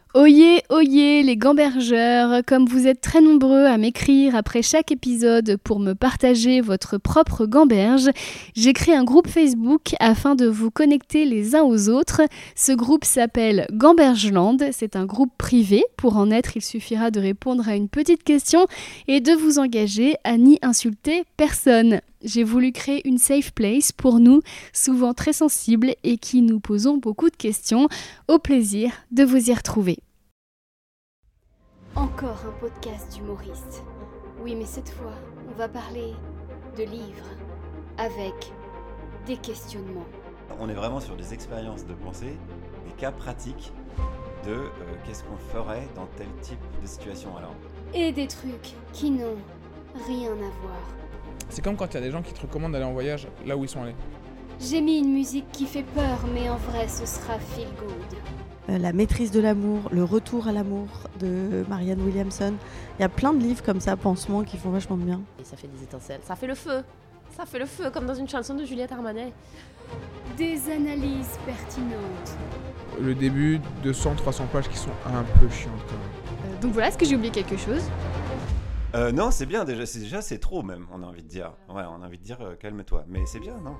Oyez, oyez les gambergeurs, comme vous êtes très nombreux à m'écrire après chaque épisode pour me partager votre propre gamberge, j'ai créé un groupe Facebook afin de vous connecter les uns aux autres. Ce groupe s'appelle Gambergeland, c'est un groupe privé. Pour en être, il suffira de répondre à une petite question et de vous engager à n'y insulter personne. J'ai voulu créer une safe place pour nous, souvent très sensibles et qui nous posons beaucoup de questions. Au plaisir de vous y retrouver. Encore un podcast d'humoriste. Oui, mais cette fois, on va parler de livres avec des questionnements. On est vraiment sur des expériences de pensée, des cas pratiques de qu'est-ce qu'on ferait dans tel type de situation alors. Et des trucs qui n'ont rien à voir. C'est comme quand il y a des gens qui te recommandent d'aller en voyage là où ils sont allés. J'ai mis une musique qui fait peur, mais en vrai, ce sera feel good. La maîtrise de l'amour, le retour à l'amour de Marianne Williamson. Il y a plein de livres comme ça, pansements, qui font vachement de bien. Et ça fait des étincelles, ça fait le feu. Ça fait le feu, comme dans une chanson de Juliette Armanet. Des analyses pertinentes. Le début, 200-300 pages qui sont un peu chiantes quand même. Donc voilà, est-ce que j'ai oublié quelque chose ? Non, c'est bien déjà, c'est trop même, on a envie de dire. Ouais, on a envie de dire calme-toi, mais c'est bien, non ?